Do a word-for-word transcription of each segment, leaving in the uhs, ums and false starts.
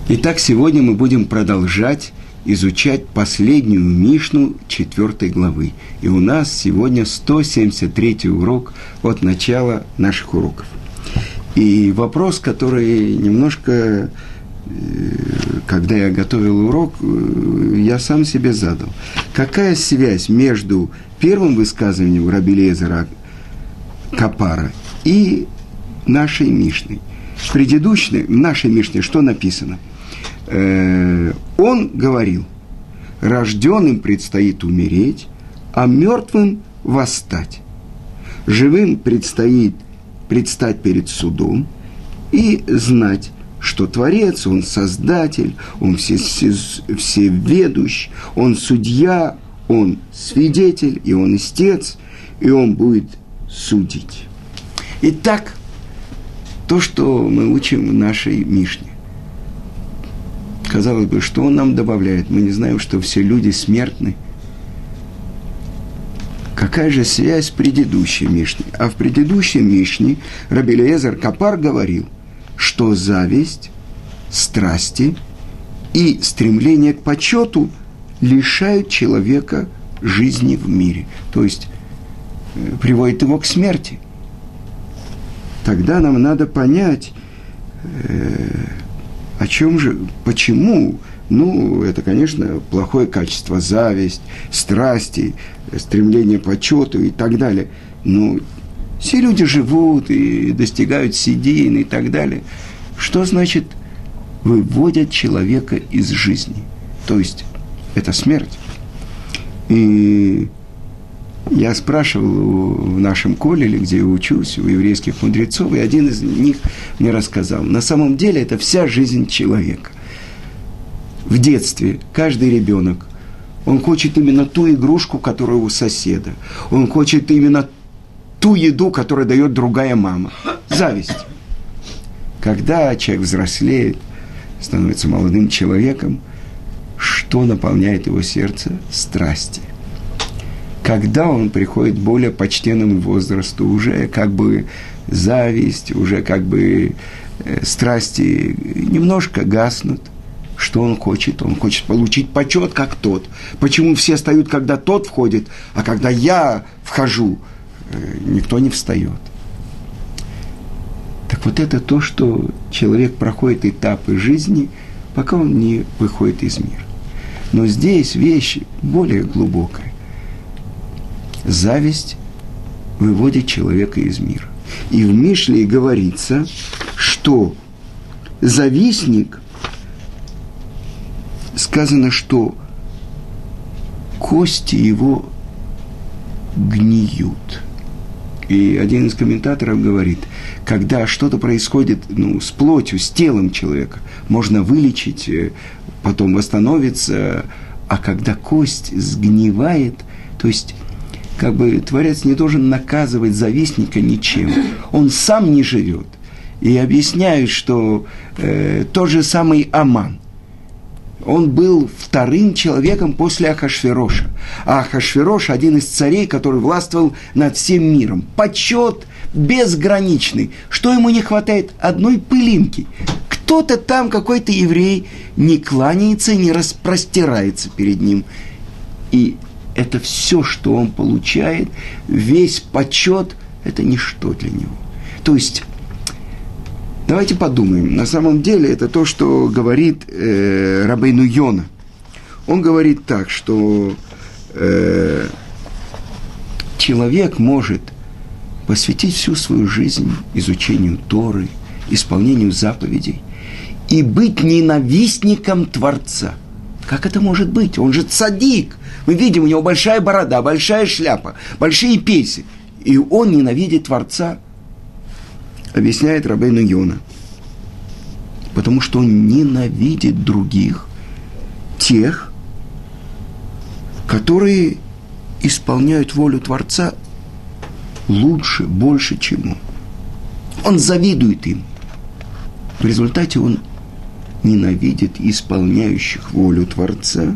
Итак, сегодня мы будем продолжать изучать последнюю Мишну четвёртой главы. И у нас сегодня сто семьдесят третий урок от начала наших уроков. И вопрос, который немножко, когда я готовил урок, я сам себе задал. Какая связь между первым высказыванием раби Элиэзера Капара и нашей Мишной? В предыдущей, в нашей Мишне что написано? Он говорил, рожденным предстоит умереть, а мертвым восстать. Живым предстоит предстать перед судом и знать, что Творец, Он Создатель, Он все, все, всеведущ, Он судья, Он свидетель, и Он истец, и Он будет судить. Итак, то, что мы учим в нашей Мишне. Казалось бы, что он нам добавляет? Мы не знаем, что все люди смертны. Какая же связь с предыдущей Мишней? А в предыдущей Мишне раби Элиэзер Капар говорил, что зависть, страсти и стремление к почету лишают человека жизни в мире. То есть, приводит его к смерти. Тогда нам надо понять... Э- О чем же, почему? Ну, это, конечно, плохое качество, зависть, страсти, стремление к почету и так далее. Но все люди живут и достигают седин и так далее. Что значит выводят человека из жизни? То есть, это смерть. И я спрашивал в нашем колледже, где я учусь, у еврейских мудрецов, и один из них мне рассказал, на самом деле это вся жизнь человека. В детстве каждый ребенок, он хочет именно ту игрушку, которая у соседа. Он хочет именно ту еду, которую дает другая мама. Зависть. Когда человек взрослеет, становится молодым человеком, что наполняет его сердце? Страсти. Когда он приходит к более почтенному возрасту, уже как бы зависть, уже как бы э, страсти немножко гаснут. Что он хочет? Он хочет получить почет, как тот. Почему все встают, когда тот входит, а когда я вхожу, э, никто не встает? Так вот это то, что человек проходит этапы жизни, пока он не выходит из мира. Но здесь вещь более глубокая. Зависть выводит человека из мира. И в Мишле говорится, что завистник, сказано, что кости его гниют. И один из комментаторов говорит, когда что-то происходит ну, с плотью, с телом человека, можно вылечить, потом восстановиться, а когда кость сгнивает, то есть как бы Творец не должен наказывать завистника ничем. Он сам не живет. И объясняют, что э, тот же самый Аман, он был вторым человеком после Ахашвероша. А Ахашверош – один из царей, который властвовал над всем миром. Почет безграничный. Что ему не хватает? Одной пылинки. Кто-то там, какой-то еврей, не кланяется, не распростирается перед ним. И это все, что он получает, весь почет, это ничто для него. То есть, давайте подумаем. На самом деле, это то, что говорит э, Рабейну Йона. Он говорит так, что э, человек может посвятить всю свою жизнь изучению Торы, исполнению заповедей и быть ненавистником Творца. Как это может быть? Он же цадик. Мы видим, у него большая борода, большая шляпа, большие пейсы. И он ненавидит Творца, объясняет Рабейну Йона. Потому что он ненавидит других, тех, которые исполняют волю Творца лучше, больше, чем он. Он завидует им. В результате он ненавидит исполняющих волю Творца.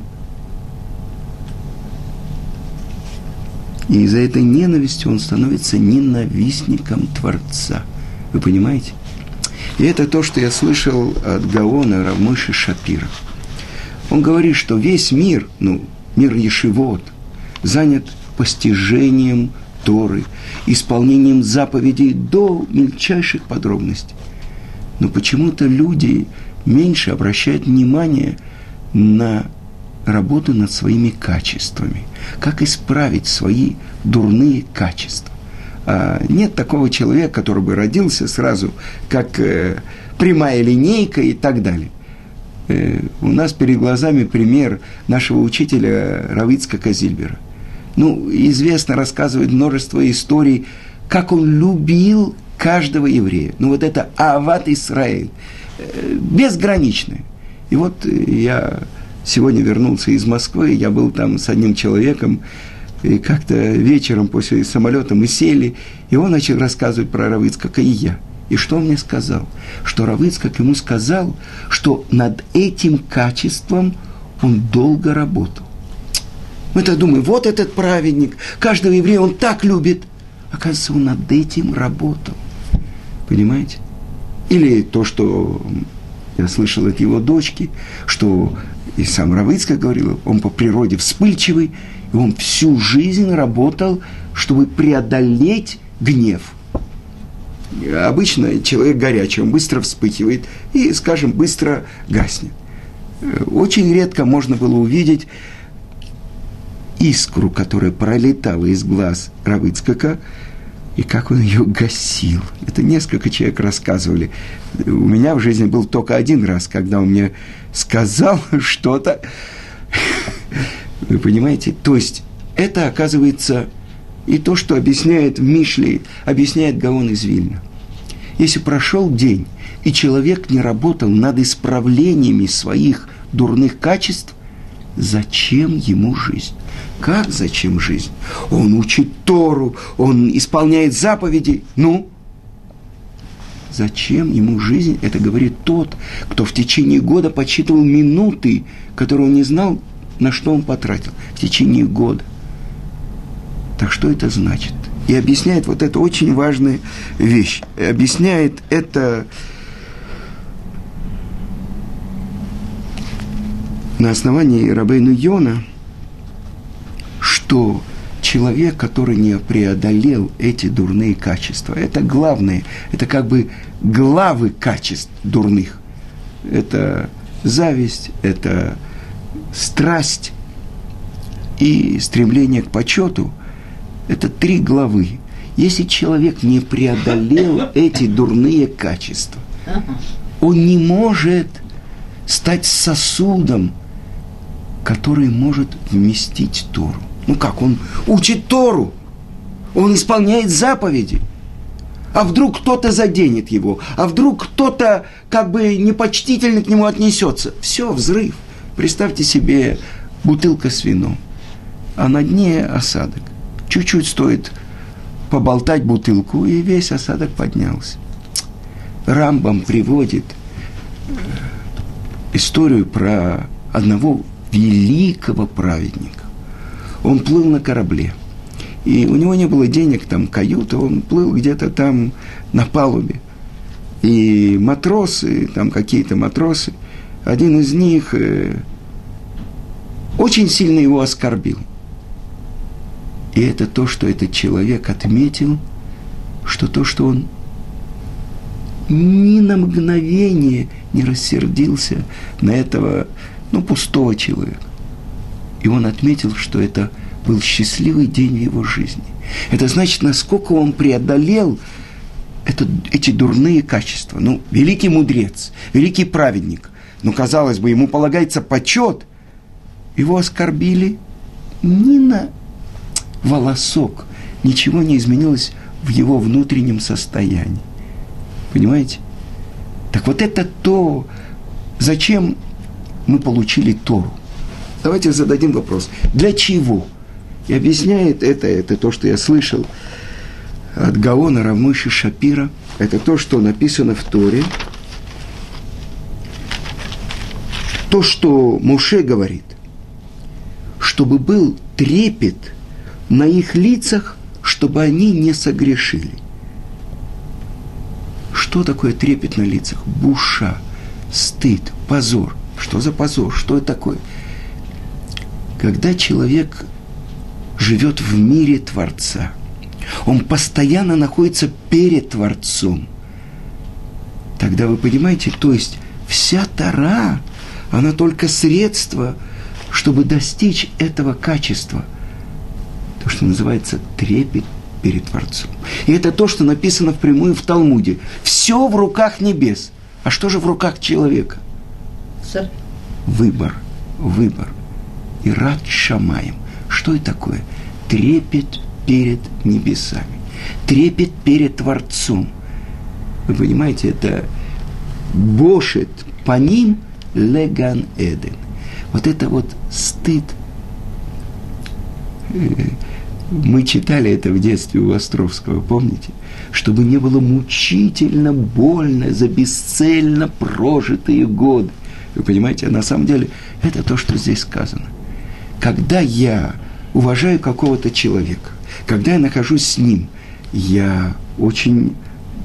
И из-за этой ненависти он становится ненавистником Творца. Вы понимаете? И это то, что я слышал от Гаона Рав Мойше Шапира. Он говорит, что весь мир, ну, мир ешивот, занят постижением Торы, исполнением заповедей до мельчайших подробностей. Но почему-то люди меньше обращают внимание на работу над своими качествами, как исправить свои дурные качества. А нет такого человека, который бы родился сразу, как э, прямая линейка и так далее. Э, у нас перед глазами пример нашего учителя Рав Ицхака Зильбера. Ну, известно, рассказывает множество историй, как он любил каждого еврея. Ну, вот это Аават Исраэль, э, безграничное. И вот я сегодня вернулся из Москвы, я был там с одним человеком, и как-то вечером после самолета мы сели, и он начал рассказывать про Рав Ицхака, и я. И что он мне сказал? Что Рав Ицхак ему сказал, что над этим качеством он долго работал. Мы-то думаем, вот этот праведник, каждого еврея он так любит. Оказывается, он над этим работал. Понимаете? Или то, что я слышал от его дочки, что и сам Рав Ицхак говорил, он по природе вспыльчивый, и он всю жизнь работал, чтобы преодолеть гнев. Обычно человек горячий, он быстро вспыхивает и, скажем, быстро гаснет. Очень редко можно было увидеть искру, которая пролетала из глаз Рава Ицхака, и как он ее гасил. Это несколько человек рассказывали. У меня в жизни был только один раз, когда он мне сказал что-то. Вы понимаете? То есть, это, оказывается, и то, что объясняет в Мишле, объясняет Гаон из Вильна. Если прошел день, и человек не работал над исправлениями своих дурных качеств, зачем ему жизнь? Как зачем жизнь? Он учит Тору, он исполняет заповеди. Ну, зачем ему жизнь? Это говорит тот, кто в течение года подсчитывал минуты, которые он не знал, на что он потратил. В течение года. Так что это значит? И объясняет вот эту очень важную вещь. И объясняет это на основании Рабейну Йона, что человек, который не преодолел эти дурные качества, это главное, это как бы главы качеств дурных. Это зависть, это страсть и стремление к почету. Это три главы. Если человек не преодолел эти дурные качества, он не может стать сосудом, который может вместить Тору. Ну как, он учит Тору, он исполняет заповеди, а вдруг кто-то заденет его, а вдруг кто-то как бы непочтительно к нему отнесется. Все, взрыв. Представьте себе бутылка с вином, а на дне осадок. Чуть-чуть стоит поболтать бутылку, и весь осадок поднялся. Рамбам приводит историю про одного великого праведника. Он плыл на корабле, и у него не было денег, там, каюта, он плыл где-то там на палубе. И матросы, там какие-то матросы, один из них э, очень сильно его оскорбил. И это то, что этот человек отметил, что то, что он ни на мгновение не рассердился на этого, ну, пустого человека. И он отметил, что это был счастливый день в его жизни. Это значит, насколько он преодолел это, эти дурные качества. Ну, великий мудрец, великий праведник. Но, казалось бы, ему полагается почет. Его оскорбили ни на волосок. Ничего не изменилось в его внутреннем состоянии. Понимаете? Так вот это то, зачем мы получили Тору. Давайте зададим вопрос. Для чего? И объясняет это, это то, что я слышал от Гаона Рав Мойше Шапира. Это то, что написано в Торе. То, что Моше говорит. Чтобы был трепет на их лицах, чтобы они не согрешили. Что такое трепет на лицах? Буша, стыд, позор. Что за позор? Что это такое? Когда человек живет в мире Творца, он постоянно находится перед Творцом, тогда вы понимаете, то есть вся Тора, она только средство, чтобы достичь этого качества, то, что называется трепет перед Творцом. И это то, что написано впрямую в Талмуде. Все в руках небес. А что же в руках человека? Сэр. Выбор, выбор. Ират шамаем. Что это такое? Трепет перед небесами. Трепет перед Творцом. Вы понимаете, это бошет по ним леган эден. Вот это вот стыд. Мы читали это в детстве у Островского, помните? Чтобы не было мучительно больно за бесцельно прожитые годы. Вы понимаете, а на самом деле это то, что здесь сказано. Когда я уважаю какого-то человека, когда я нахожусь с ним, я очень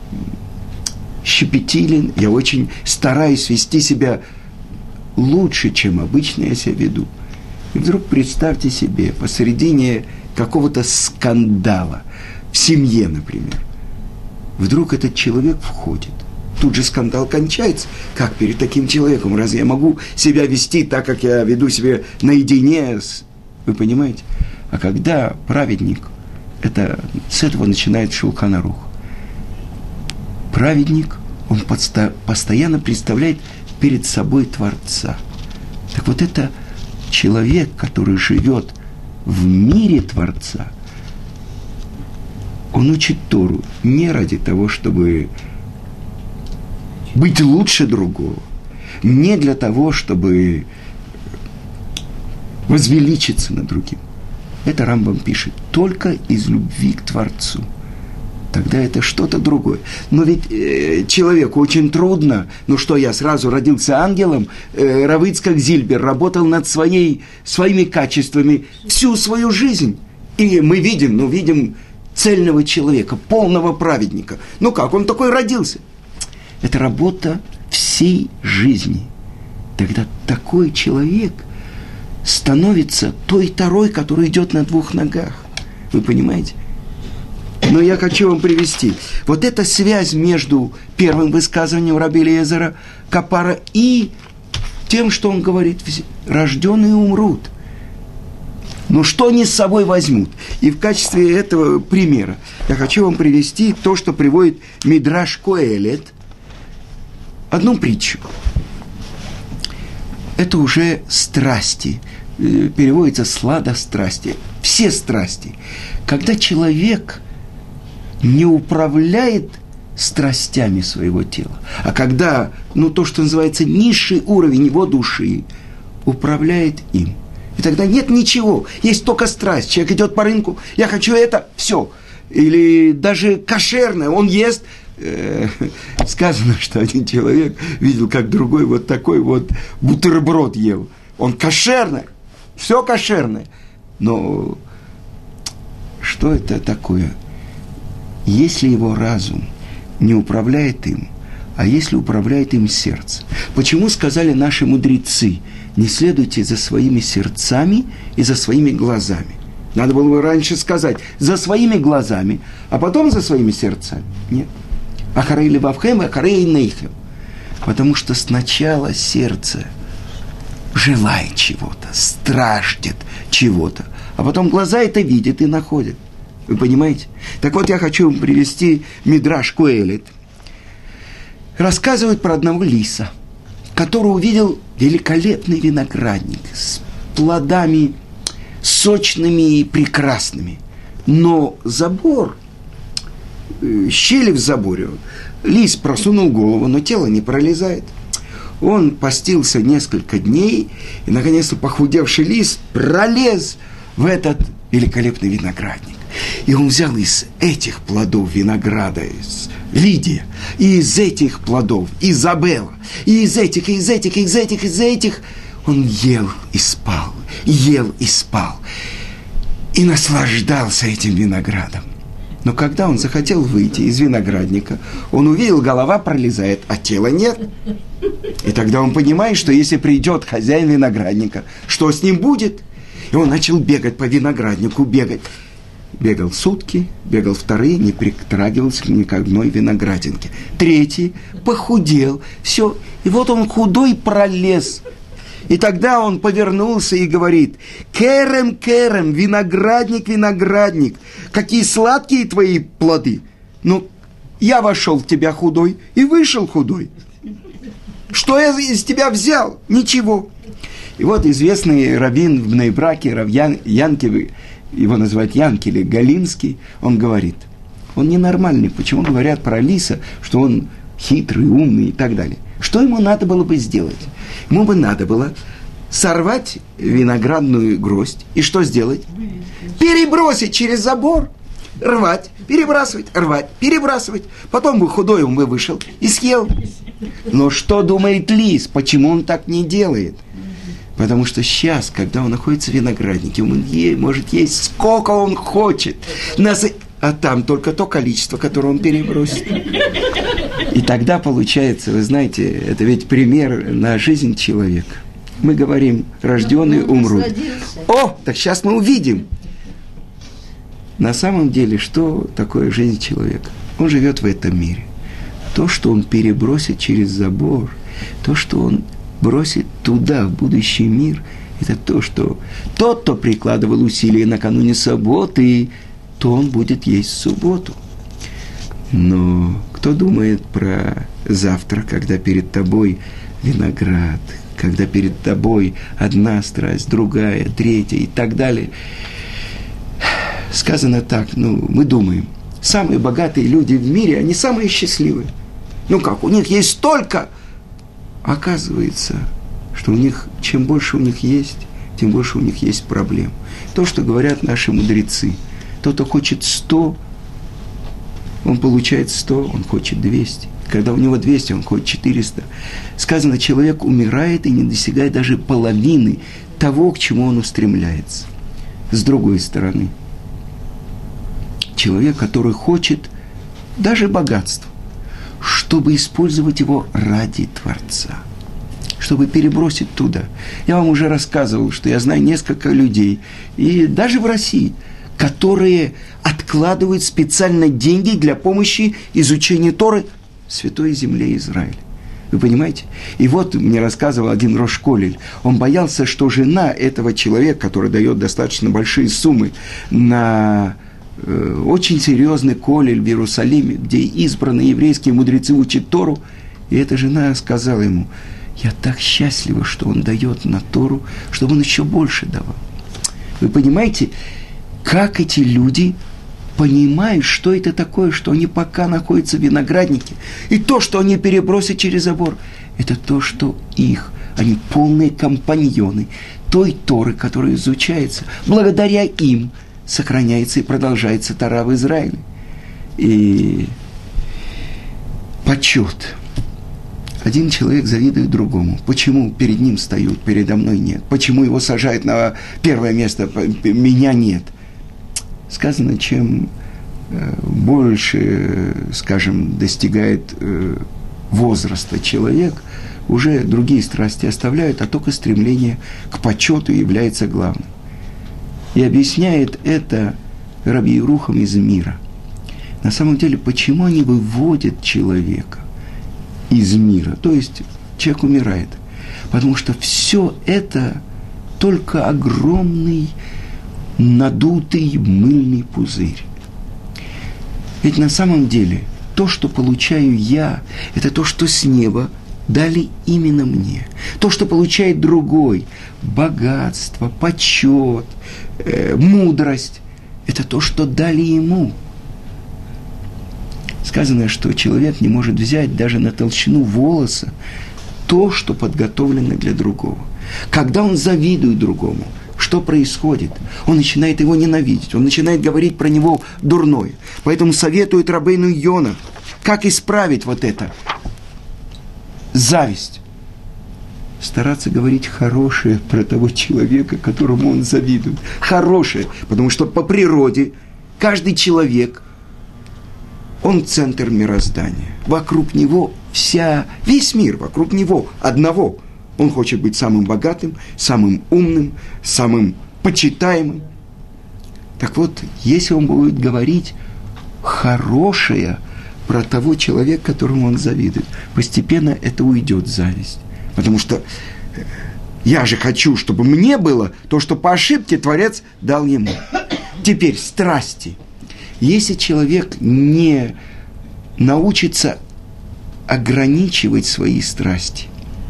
щепетилен, я очень стараюсь вести себя лучше, чем обычно я себя веду. И вдруг представьте себе, посередине какого-то скандала в семье, например, вдруг этот человек входит. Тут же скандал кончается. Как перед таким человеком? Разве я могу себя вести так, как я веду себя наедине с... Вы понимаете? А когда праведник, это, с этого начинает Шулхан Арух. Праведник, он подста, постоянно представляет перед собой Творца. Так вот это человек, который живет в мире Творца, он учит Тору не ради того, чтобы быть лучше другого, не для того, чтобы возвеличиться над другим. Это Рамбам пишет только из любви к Творцу. Тогда это что-то другое. Но ведь э, человеку очень трудно. Ну что, я сразу родился ангелом. Э, Рав Ицхак Зильбер работал над своей, своими качествами всю свою жизнь. И мы видим, ну видим цельного человека, полного праведника. Ну как, он такой родился? Это работа всей жизни. Тогда такой человек становится той Торой, которая идет на двух ногах. Вы понимаете? Но я хочу вам привести. Вот эта связь между первым высказыванием раби Элиэзера Капара и тем, что он говорит, рожденные умрут. Но что они с собой возьмут? И в качестве этого примера я хочу вам привести то, что приводит Мидраш Коэлет, одну притчу. Это уже страсти. Переводится сладострастие. Все страсти. Когда человек не управляет страстями своего тела, а когда, ну, то, что называется низший уровень его души, управляет им. И тогда нет ничего, есть только страсть. Человек идет по рынку, я хочу это, все. Или даже кошерное, он ест. Э, сказано, что один человек видел, как другой вот такой вот бутерброд ел. Он кошерный, все кошерное. Но что это такое? Если его разум не управляет им, а если управляет им сердце. Почему сказали наши мудрецы, не следуйте за своими сердцами и за своими глазами? Надо было бы раньше сказать, за своими глазами, а потом за своими сердцами. Нет. Ахарей левавхем, ахарей нейхем. Потому что сначала сердце желает чего-то, страждет чего-то, а потом глаза это видят и находят. Вы понимаете? Так вот, я хочу вам привести Мидраш Коэлет. Рассказывает про одного лиса, который увидел великолепный виноградник с плодами сочными и прекрасными. Но забор, щели в заборе, лис просунул голову, но тело не пролезает. Он постился несколько дней, и, наконец-то, похудевший лис пролез в этот великолепный виноградник. И он взял из этих плодов винограда, из Лидия, и из этих плодов Изабелла, и из этих, и из этих, и из этих, из этих. Он ел и спал, ел и спал, и наслаждался этим виноградом. Но когда он захотел выйти из виноградника, он увидел, голова пролезает, а тела нет. И тогда он понимает, что если придет хозяин виноградника, что с ним будет? И он начал бегать по винограднику, бегать. Бегал сутки, бегал вторые, не притрагивался ни к одной виноградинке. Третий похудел, все. И вот он худой пролез. И тогда он повернулся и говорит: «Керем, керем, виноградник, виноградник, какие сладкие твои плоды! Но я вошел в тебя худой и вышел худой. Что я из тебя взял? Ничего». И вот известный раввин в Бней-Браке, Рав Ян, Янкель, его называют Янкель Галинский, он говорит, он ненормальный. Почему говорят про лиса, что он хитрый, умный и так далее? Что ему надо было бы сделать? Ему бы надо было сорвать виноградную гроздь и что сделать? Перебросить через забор, рвать, перебрасывать, рвать, перебрасывать. Потом бы худой он бы вышел и съел. Но что думает лис? Почему он так не делает? Потому что сейчас, когда он находится в винограднике, он е- может есть сколько он хочет. А там только то количество, которое он перебросит. И тогда получается, вы знаете, это ведь пример на жизнь человека. Мы говорим, рожденные умрут. О, так сейчас мы увидим. На самом деле, что такое жизнь человека? Он живет в этом мире. То, что он перебросит через забор, то, что он бросит туда, в будущий мир, это то, что тот, кто прикладывал усилия накануне субботы, то он будет есть в субботу. Но кто думает про завтра, когда перед тобой виноград, когда перед тобой одна страсть, другая, третья и так далее? Сказано так, ну, мы думаем, самые богатые люди в мире, они самые счастливые. Ну как, у них есть столько. Оказывается, что у них, чем больше у них есть, тем больше у них есть проблем. То, что говорят наши мудрецы. Тот, кто хочет сто, он получает сто, он хочет двести. Когда у него двести, он хочет четыреста. Сказано, человек умирает и не достигает даже половины того, к чему он устремляется. С другой стороны, человек, который хочет даже богатства, чтобы использовать его ради Творца, чтобы перебросить туда. Я вам уже рассказывал, что я знаю несколько людей, и даже в России, которые откладывают специально деньги для помощи изучению Торы в Святой Земле Израиля. Вы понимаете? И вот мне рассказывал один рош колель, он боялся, что жена этого человека, который дает достаточно большие суммы на э, очень серьезный колель в Иерусалиме, где избранные еврейские мудрецы учат Тору, и эта жена сказала ему: я так счастлива, что он дает на Тору, чтобы он еще больше давал. Вы понимаете, как эти люди понимают, что это такое, что они пока находятся в винограднике, и то, что они перебросят через забор, это то, что их, они полные компаньоны той Торы, которая изучается. Благодаря им сохраняется и продолжается Тора в Израиле. И почет. Один человек завидует другому. Почему перед ним встают, передо мной нет? Почему его сажают на первое место, меня нет? Сказано, чем больше, скажем, достигает возраста человек, уже другие страсти оставляют, а только стремление к почету является главным. И объясняет это Раби Ерухам из мира. На самом деле, почему они выводят человека из мира? То есть человек умирает. Потому что все это только огромный надутый мыльный пузырь. Ведь на самом деле то, что получаю я, это то, что с неба дали именно мне. То, что получает другой, богатство, почет, э, мудрость, это то, что дали ему. Сказано, что человек не может взять даже на толщину волоса то, что подготовлено для другого. Когда он завидует другому, что происходит? Он начинает его ненавидеть, он начинает говорить про него дурное. Поэтому советует Рабейну Йона, как исправить вот это. Зависть. Стараться говорить хорошее про того человека, которому он завидует. Хорошее, потому что по природе каждый человек Он центр мироздания. Вокруг него вся, весь мир, вокруг него одного. Он хочет быть самым богатым, самым умным, самым почитаемым. Так вот, если он будет говорить хорошее про того человека, которому он завидует, постепенно это уйдет зависть. Потому что я же хочу, чтобы мне было то, что по ошибке Творец дал ему. Теперь страсти. Если человек не научится ограничивать свои страсти,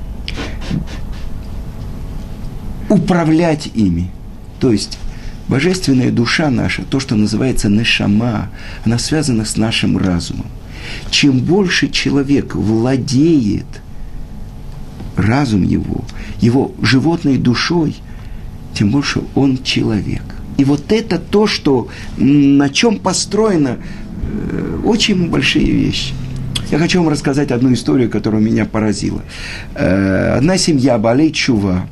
управлять ими, то есть божественная душа наша, то, что называется нешама, она связана с нашим разумом. Чем больше человек владеет разум его, его животной душой, тем больше он человек. И вот это то, что, на чем построено э, очень большие вещи. Я хочу вам рассказать одну историю, которая меня поразила. Э, одна семья, Баалей Тшува,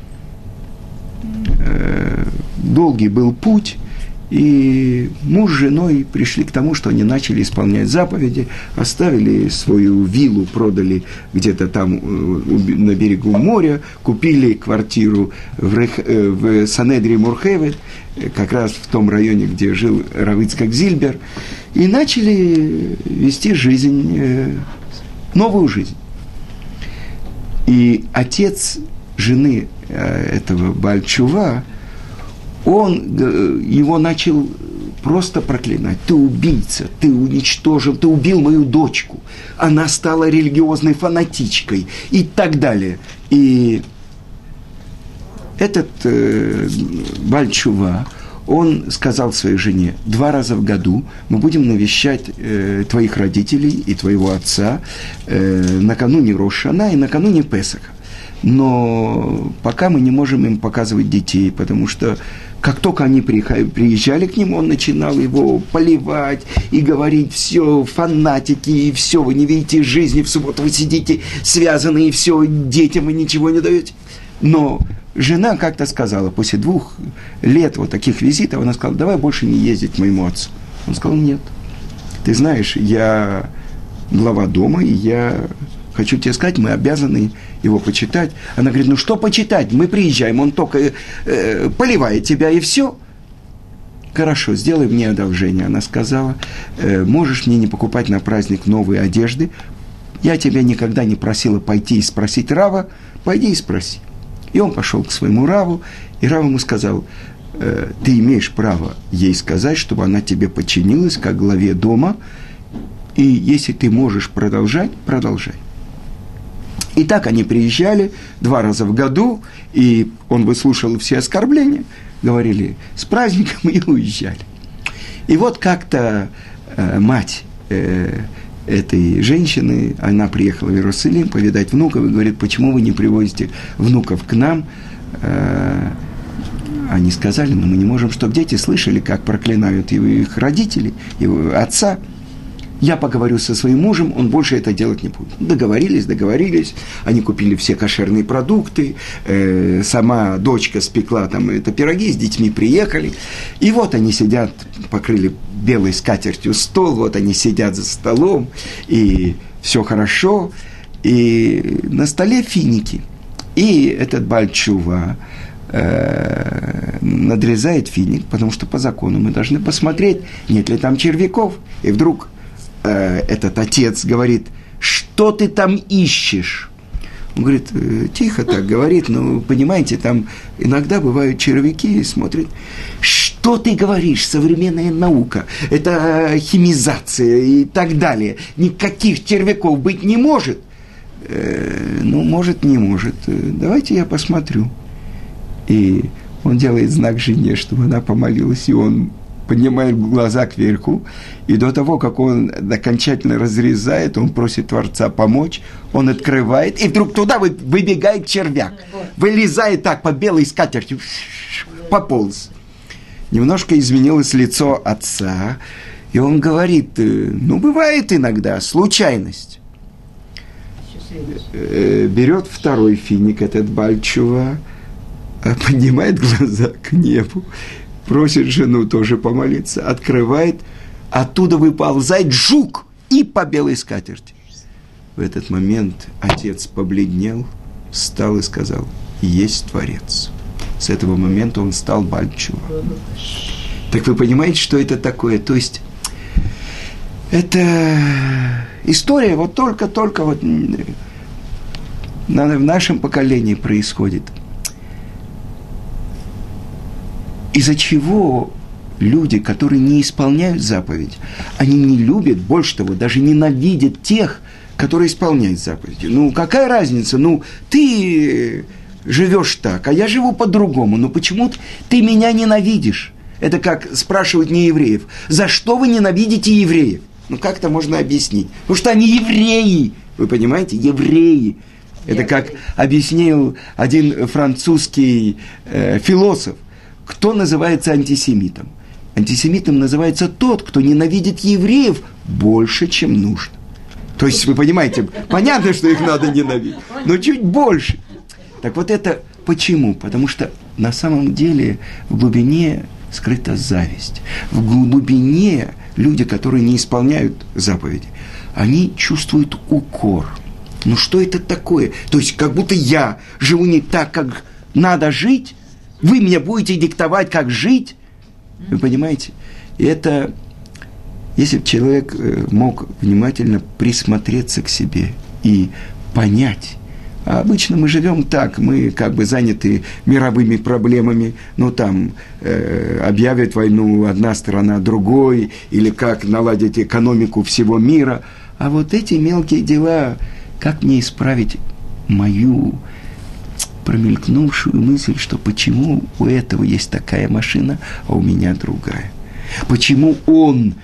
э, долгий был путь, и муж с женой пришли к тому, что они начали исполнять заповеди, оставили свою виллу, продали где-то там на берегу моря, купили квартиру в, Рех, в Санедри Мурхевет, как раз в том районе, где жил Рав Ицхак Зильбер, и начали вести жизнь, новую жизнь. И отец жены этого Бааль Тшува, он его начал просто проклинать. Ты убийца, ты уничтожил, ты убил мою дочку. Она стала религиозной фанатичкой и так далее. И этот э, Бааль Тшува, он сказал своей жене: два раза в году мы будем навещать э, твоих родителей и твоего отца э, накануне Рош ха-Шана и накануне Песаха. Но пока мы не можем им показывать детей, потому что как только они приезжали к нему, он начинал его поливать и говорить: все, фанатики, и все, вы не видите жизни, в субботу вы сидите связанные, и все, детям вы ничего не даете. Но жена как-то сказала, после двух лет вот таких визитов, она сказала: давай больше не ездить к моему отцу. Он сказал: нет, ты знаешь, я глава дома, и я хочу тебе сказать, мы обязаны его почитать. Она говорит: ну что почитать? Мы приезжаем, он только э, поливает тебя, и все. Хорошо, сделай мне одолжение. Она сказала: э, можешь мне не покупать на праздник новые одежды. Я тебя никогда не просила пойти и спросить Рава, пойди и спроси. И он пошел к своему Раву, и Рав ему сказал: э, ты имеешь право ей сказать, чтобы она тебе подчинилась, как главе дома, и если ты можешь продолжать, продолжай. И так они приезжали два раза в году, и он выслушал все оскорбления, говорили с праздником и уезжали. И вот как-то э, мать э, этой женщины, она приехала в Иерусалим повидать внуков и говорит: почему вы не привозите внуков к нам? Э, они сказали: ну мы не можем, чтобы дети слышали, как проклинают его, их родители, его отца. Я поговорю со своим мужем, он больше это делать не будет. Договорились, договорились, они купили все кошерные продукты, э, сама дочка спекла там это пироги, с детьми приехали. И вот они сидят, покрыли белой скатертью стол, вот они сидят за столом, и все хорошо, и на столе финики. И этот Бааль Тшува э, надрезает финик, потому что по закону мы должны посмотреть, нет ли там червяков. И вдруг этот отец говорит: что ты там ищешь? Он говорит: тихо так говорит, но понимаете, там иногда бывают червяки, и смотрит: что ты говоришь, современная наука, это химизация и так далее, никаких червяков быть не может. Э, ну, может, не может, давайте я посмотрю. И он делает знак жене, чтобы она помолилась, и он поднимает глаза кверху, и до того, как он окончательно разрезает, он просит Творца помочь, он открывает, и вдруг туда выбегает червяк, вылезает так под белой скатертью, пополз. Немножко изменилось лицо отца, и он говорит: ну, бывает иногда случайность. Берет второй финик, этот Бааль Тшува, поднимает глаза к небу, просит жену тоже помолиться, открывает, оттуда выползает жук и по белой скатерти. В этот момент отец побледнел, встал и сказал: есть Творец. С этого момента он стал Бааль Тшува. Так вы понимаете, что это такое? То есть, это история вот только-только вот в нашем поколении происходит. Из-за чего люди, которые не исполняют заповедь, они не любят, больше того, даже ненавидят тех, которые исполняют заповеди. Ну, какая разница? Ну, ты живешь так, а я живу по-другому. Ну, почему ты меня ненавидишь? Это как спрашивают неевреев. За что вы ненавидите евреев? Ну, как это можно объяснить? Потому что они евреи. Вы понимаете? Евреи. Это как объяснил один французский э, философ. Кто называется антисемитом? Антисемитом называется тот, кто ненавидит евреев больше, чем нужно. То есть, вы понимаете, понятно, что их надо ненавидеть, но чуть больше. Так вот это почему? Потому что на самом деле в глубине скрыта зависть. В глубине люди, которые не исполняют заповеди, они чувствуют укор. Ну что это такое? То есть, как будто я живу не так, как надо жить, вы мне будете диктовать, как жить. Вы понимаете? И это, если бы человек мог внимательно присмотреться к себе и понять. А обычно мы живем так, мы как бы заняты мировыми проблемами, ну там э, объявит войну одна страна другой, или как наладить экономику всего мира. А вот эти мелкие дела, как мне исправить мою промелькнувшую мысль, что почему у этого есть такая машина, а у меня другая? Почему он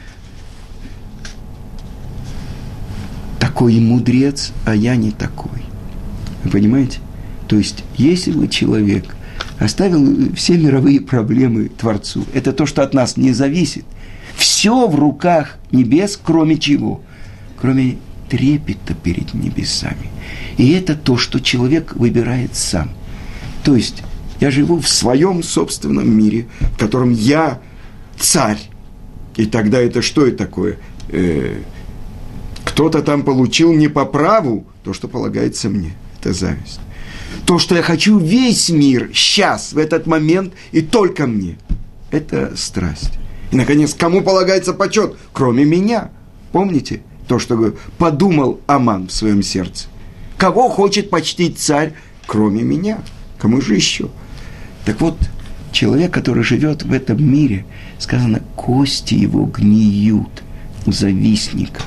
такой мудрец, а я не такой? Вы понимаете? То есть, если бы человек оставил все мировые проблемы Творцу, это то, что от нас не зависит, все в руках небес, кроме чего? Кроме трепета перед небесами. И это то, что человек выбирает сам. То есть, я живу в своем собственном мире, в котором я царь. И тогда это что это такое? Э, кто-то там получил не по праву то, что полагается мне. Это зависть. То, что я хочу весь мир сейчас, в этот момент, и только мне. Это страсть. И, наконец, кому полагается почет, кроме меня? Помните то, что подумал Аман в своем сердце? Кого хочет почтить царь, кроме меня? Кому же еще? Так вот, человек, который живет в этом мире, сказано, кости его гниют у завистника.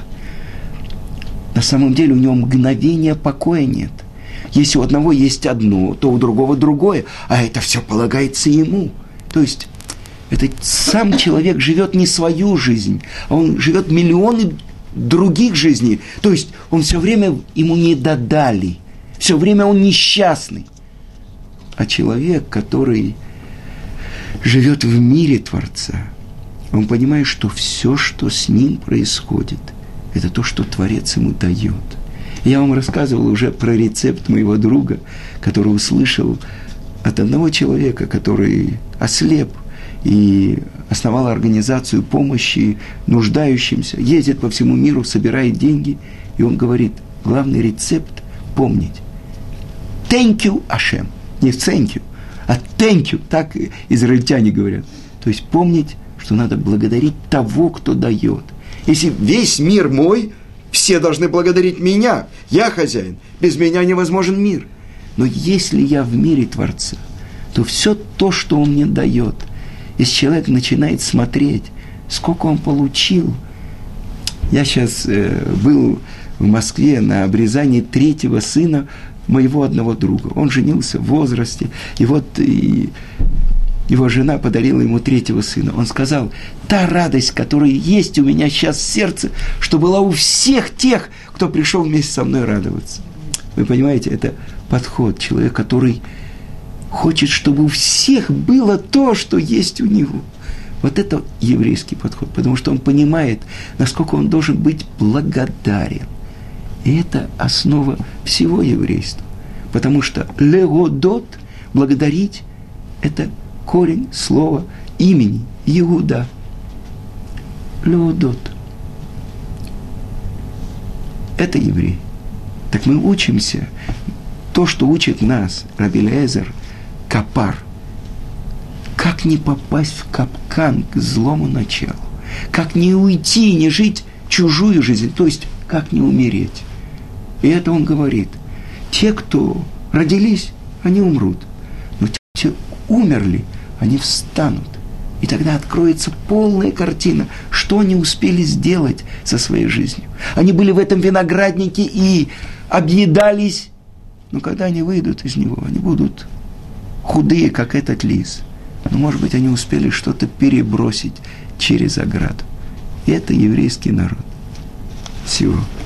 На самом деле у него мгновения покоя нет. Если у одного есть одно, то у другого другое, а это все полагается ему. То есть, этот сам человек живет не свою жизнь, а он живет миллионы других жизней. То есть, он все время ему не додали, все время он несчастный. А человек, который живет в мире Творца, он понимает, что все, что с ним происходит, это то, что Творец ему дает. Я вам рассказывал уже про рецепт моего друга, который услышал от одного человека, который ослеп и основал организацию помощи нуждающимся, ездит по всему миру, собирает деньги, и он говорит, главный рецепт – помнить. Thank you, Ашем. Не thank you, а thank you, так израильтяне говорят. То есть помнить, что надо благодарить того, кто дает. Если весь мир мой, все должны благодарить меня. Я хозяин. Без меня невозможен мир. Но если я в мире Творца, то все то, что Он мне дает, если человек начинает смотреть, сколько он получил. Я сейчас э, был в Москве на обрезании третьего сына моего одного друга. Он женился в возрасте, и вот и его жена подарила ему третьего сына. Он сказал, та радость, которая есть у меня сейчас в сердце, что была у всех тех, кто пришел вместе со мной радоваться. Вы понимаете, это подход, человек, который хочет, чтобы у всех было то, что есть у него. Вот это еврейский подход, потому что он понимает, насколько он должен быть благодарен. И это основа всего еврейства. Потому что легодот, благодарить, это корень слова имени Иуда. Леодот. Это еврей. Так мы учимся, то, что учит нас Раби Элиэзер, капар, как не попасть в капкан к злому началу, как не уйти, не жить чужую жизнь, то есть как не умереть. И это он говорит. Те, кто родились, они умрут. Но те, кто умерли, они встанут. И тогда откроется полная картина, что они успели сделать со своей жизнью. Они были в этом винограднике и объедались. Но когда они выйдут из него, они будут худые, как этот лис. Но, может быть, они успели что-то перебросить через ограду. И это еврейский народ. Всего.